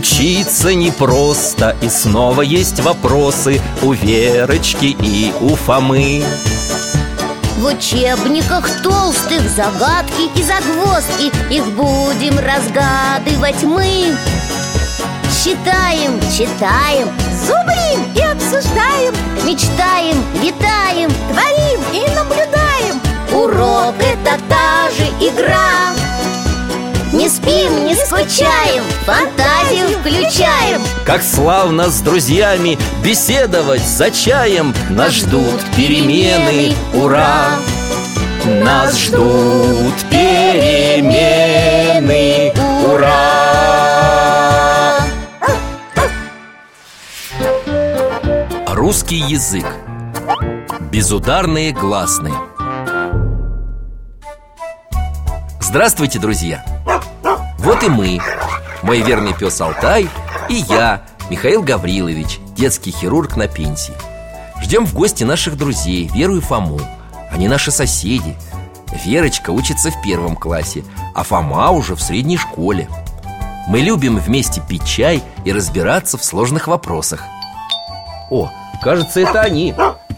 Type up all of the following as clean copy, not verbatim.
Учиться непросто, и снова есть вопросы у Верочки и у Фомы. В учебниках толстых загадки и загвоздки, их будем разгадывать мы. Считаем, читаем, зубрим и обсуждаем, мечтаем, витаем, творим и наблюдаем. Урок — это та же игра. Не спим, не скучаем, фантазию включаем. Как славно с друзьями беседовать за чаем. Нас ждут перемены, ура! Нас ждут перемены, ура! Русский язык. Безударные гласные. Здравствуйте, друзья! Вот и мы, мой верный пес Алтай, и я, Михаил Гаврилович, детский хирург на пенсии. Ждем в гости наших друзей, Веру и Фому. Они наши соседи. Верочка учится в 1 классе, а Фома уже в средней школе. Мы любим вместе пить чай и разбираться в сложных вопросах. О, кажется, это они.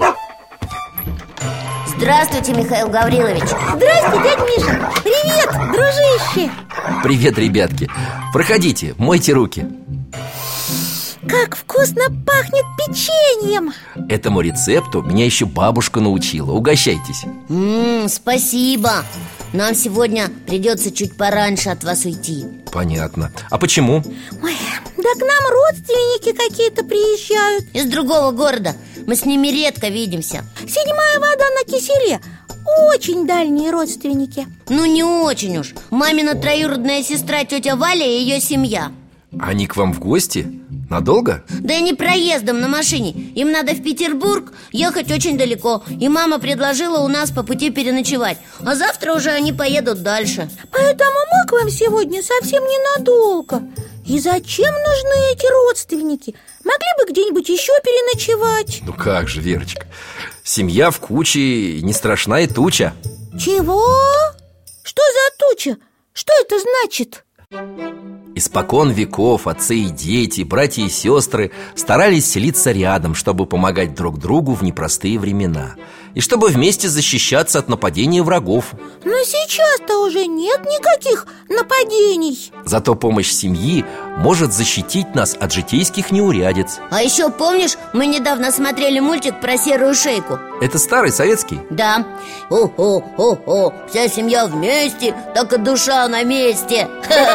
Здравствуйте, Михаил Гаврилович. Здравствуйте, дядя Миша. Привет, дружище. Привет, ребятки. Проходите, мойте руки. Как вкусно пахнет печеньем. Этому рецепту меня еще бабушка научила. Угощайтесь. Спасибо. Нам сегодня придется чуть пораньше от вас уйти. Понятно. А почему? Ой, да к нам родственники какие-то приезжают. Из другого города. Мы с ними редко видимся. 7-я вода на киселе. Очень дальние родственники. Ну, не очень уж. Мамина троюродная сестра тетя Валя и ее семья. Они к вам в гости? Надолго? Да не проездом, на машине. Им надо в Петербург ехать очень далеко. И мама предложила у нас по пути переночевать. А завтра уже они поедут дальше. Поэтому мы к вам сегодня совсем ненадолго. И зачем нужны эти родственники? Могли бы где-нибудь еще переночевать. Ну как же, Верочка, семья в куче, не страшна и туча. Чего? Что за туча? Что это значит? Испокон веков отцы и дети, братья и сестры старались селиться рядом, чтобы помогать друг другу в непростые времена и чтобы вместе защищаться от нападения врагов. Но сейчас-то уже нет никаких нападений. Зато помощь семьи может защитить нас от житейских неурядиц. А еще помнишь, мы недавно смотрели мультик про серую шейку? Это старый советский? Да. О-хо-хо-хо, вся семья вместе, так и душа на месте.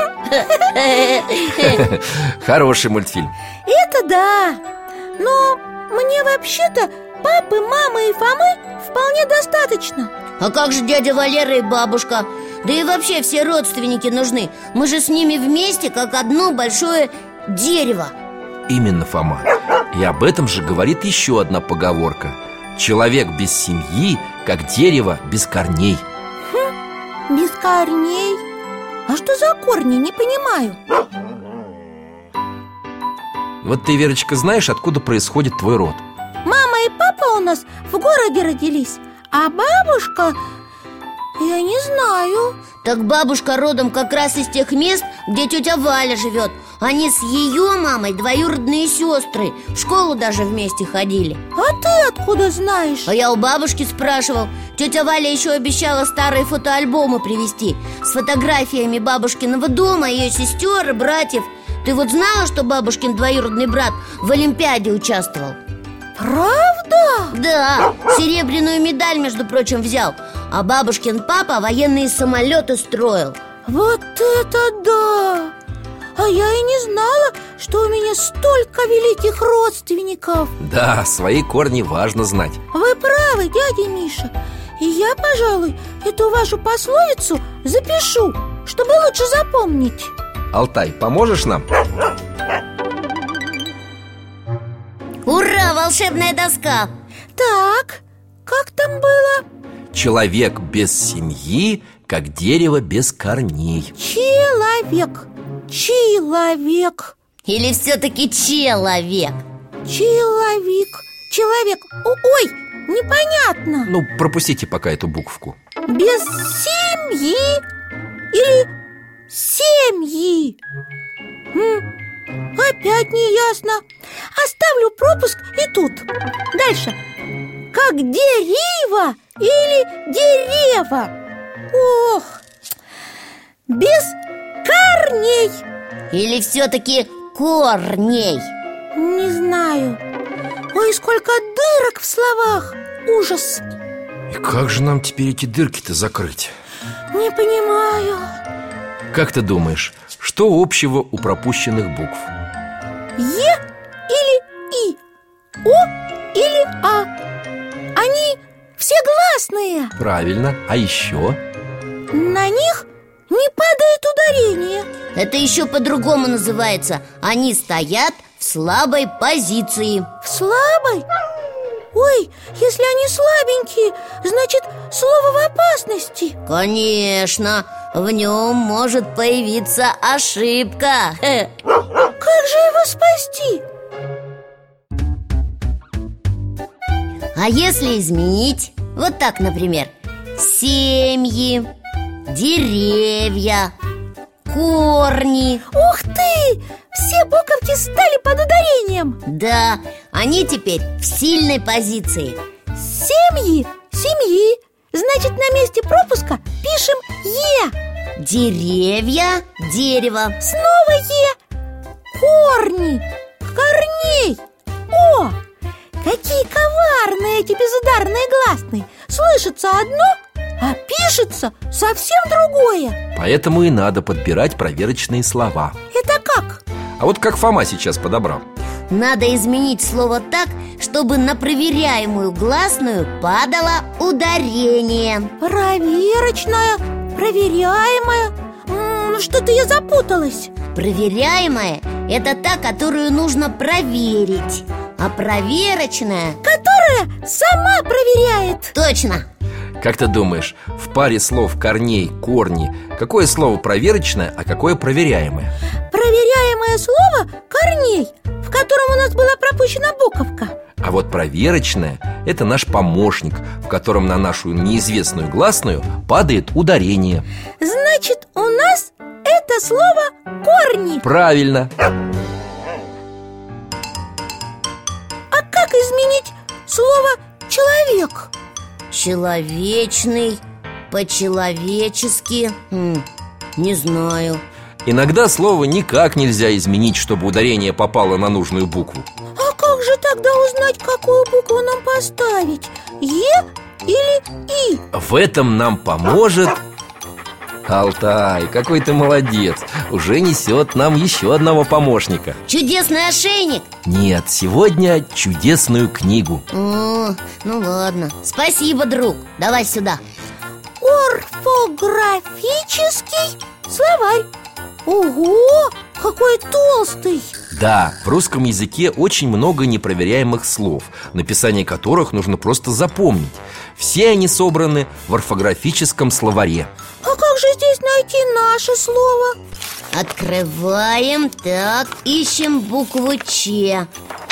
Хороший мультфильм. Это да. Но мне вообще-то папы, мамы и Фомы вполне достаточно. А как же дядя Валера и бабушка? Да и вообще все родственники нужны. Мы же с ними вместе, как одно большое дерево. Именно, Фома. И об этом же говорит еще одна поговорка. Человек без семьи, как дерево без корней. Без корней? А что за корни? Не понимаю. Вот ты, Верочка, знаешь, откуда происходит твой род? Мама и папа у нас в городе родились. А бабушка... я не знаю. Так бабушка родом как раз из тех мест, где тетя Валя живет. Они с ее мамой двоюродные сестры. В школу даже вместе ходили. А ты откуда знаешь? А я у бабушки спрашивал. Тетя Валя еще обещала старые фотоальбомы привезти с фотографиями бабушкиного дома, ее сестер и братьев. Ты вот знала, что бабушкин двоюродный брат в Олимпиаде участвовал? Правда? Да, серебряную медаль, между прочим, взял. А бабушкин папа военные самолеты строил. Вот это да! А я и не знала, что у меня столько великих родственников. Да, свои корни важно знать. Вы правы, дядя Миша. И я, пожалуй, эту вашу пословицу запишу, чтобы лучше запомнить. Алтай, поможешь нам? Ура, волшебная доска! Так, как там было? Человек без семьи, как дерево без корней. Человек. Человек. Или все-таки человек? Человек. Человек. Ой, непонятно. Ну, пропустите пока эту буковку. Без семьи или семьи? опять не ясно. Оставлю пропуск и тут. Дальше. Как дерево или дерево. Ох, без корней. Или все-таки корней? Не знаю. Ой, сколько дырок в словах. Ужас. И как же нам теперь эти дырки-то закрыть? Не понимаю. Как ты думаешь, что общего у пропущенных букв? Е или И? О или А? Они все гласные. Правильно, а еще? На них не падает ударение. Это еще по-другому называется. Они стоят в слабой позиции. В слабой? Ой, если они слабенькие, значит, слово в опасности. Конечно, в нем может появиться ошибка. Как же его спасти? А если изменить? Вот так, например: семьи, деревья, корни. Ух ты! Все буковки стали под ударением. Да, они теперь в сильной позиции. Семьи, семьи. Значит, на месте пропуска пишем Е. Деревья, дерево. Снова Е. Корни, корней. О, какие коварные эти безударные гласные. Слышится одно, а пишется совсем другое. Поэтому и надо подбирать проверочные слова. Это как? А вот как Фома сейчас подобрал. Надо изменить слово так, чтобы на проверяемую гласную падало ударение. Проверочная, проверяемая. Что-то я запуталась. Проверяемая – это та, которую нужно проверить. А проверочная… Которая сама проверяет. Точно! Как ты думаешь, в паре слов корней, корни, какое слово проверочное, а какое проверяемое? Проверяемое слово корней, в котором у нас была пропущена буковка. А вот проверочное – это наш помощник, в котором на нашу неизвестную гласную падает ударение. Значит, у нас это слово корни. Правильно. А как изменить слово человек? Человечный, по-человечески… не знаю. Иногда слово никак нельзя изменить, чтобы ударение попало на нужную букву. А как же тогда узнать, какую букву нам поставить? Е или И? В этом нам поможет… Алтай, какой ты молодец. Уже несет нам еще одного помощника. Чудесный ошейник? Нет, сегодня чудесную книгу. О, ну ладно. Спасибо, друг. Давай сюда. Орфографический словарь. Ого, какой толстый. Да, в русском языке очень много непроверяемых слов, написание которых нужно просто запомнить. Все они собраны в орфографическом словаре. А как же здесь найти наше слово? Открываем, так, ищем букву Ч.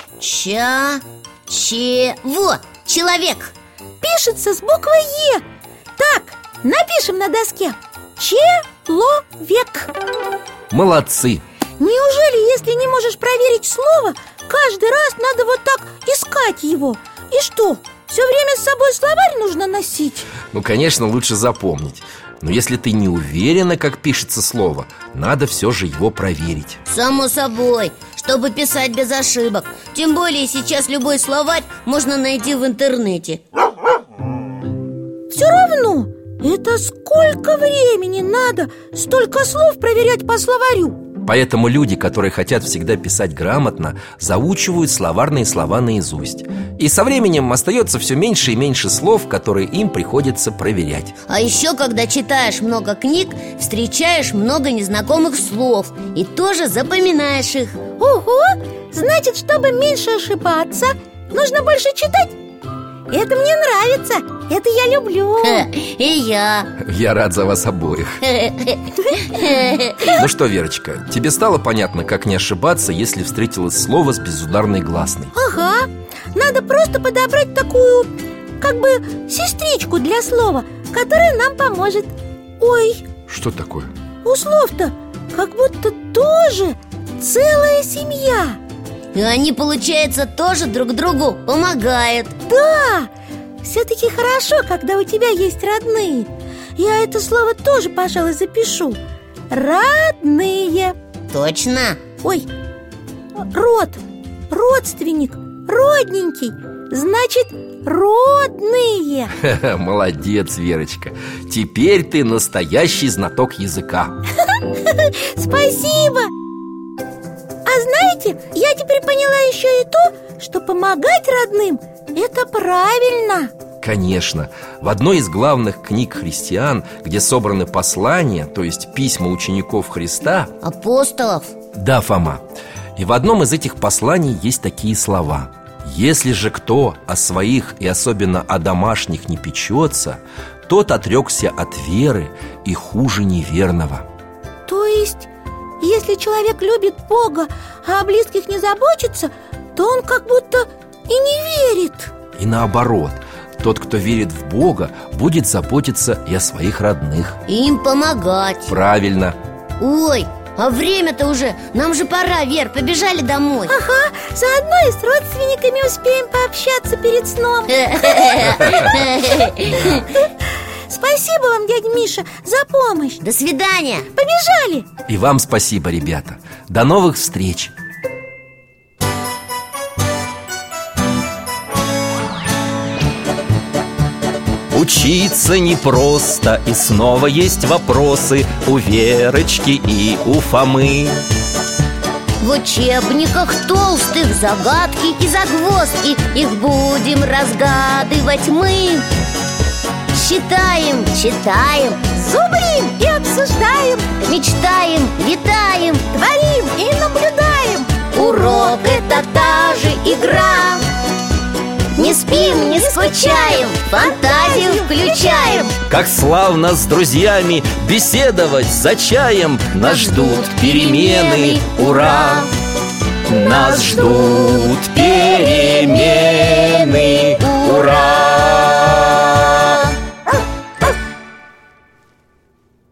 Вот, человек. Пишется с буквой Е. Так, напишем на доске: человек. Молодцы! Неужели, если не можешь проверить слово, каждый раз надо вот так искать его? И что, все время с собой словарь нужно носить? Ну, конечно, лучше запомнить. Но если ты не уверена, как пишется слово, надо все же его проверить. Само собой, чтобы писать без ошибок. Тем более сейчас любой словарь можно найти в интернете. Все равно, это сколько времени надо столько слов проверять по словарю? Поэтому люди, которые хотят всегда писать грамотно, заучивают словарные слова наизусть. И со временем остается все меньше и меньше слов, которые им приходится проверять. А еще, когда читаешь много книг, встречаешь много незнакомых слов и тоже запоминаешь их. Ого! Значит, чтобы меньше ошибаться, нужно больше читать? Это мне нравится, это я люблю. И я. Я рад за вас обоих. Ну что, Верочка, тебе стало понятно, как не ошибаться, если встретилось слово с безударной гласной? Ага, надо просто подобрать такую, как бы, сестричку для слова, которая нам поможет. Ой, Что такое? у слов-то как будто тоже целая семья. И они, получается, тоже друг другу помогают. Да, все-таки хорошо, когда у тебя есть родные. Я это слово тоже, пожалуй, запишу. Родные. Точно. Ой, род, родственник, родненький. Значит, родные. Молодец, Верочка. Теперь ты настоящий знаток языка. Спасибо. А знаете, я теперь поняла еще и то, что помогать родным – это правильно. Конечно, в одной из главных книг христиан, где собраны послания, то есть письма учеников Христа, апостолов. Да, Фома. И в одном из этих посланий есть такие слова: «Если же кто о своих и особенно о домашних не печется, тот отрекся от веры и хуже неверного». То есть, если человек любит Бога, а о близких не заботится, то он как будто и не верит. И наоборот, тот, кто верит в Бога, будет заботиться и о своих родных. И им помогать. Правильно. Ой, а время-то уже, нам же пора, Вер, побежали домой. Ага, заодно и с родственниками успеем пообщаться перед сном. Спасибо вам, дядя Миша, за помощь. До свидания. Побежали. И вам спасибо, ребята. До новых встреч. Учиться непросто, и снова есть вопросы у Верочки и у Фомы. В учебниках толстых загадки и загвоздки, их будем разгадывать мы. Считаем, читаем, зубрим и обсуждаем, мечтаем, летаем, творим и наблюдаем. Урок — это та же игра. Не спим, не скучаем, фантазию включаем. Как славно с друзьями беседовать за чаем. Нас ждут перемены, ура! Нас ждут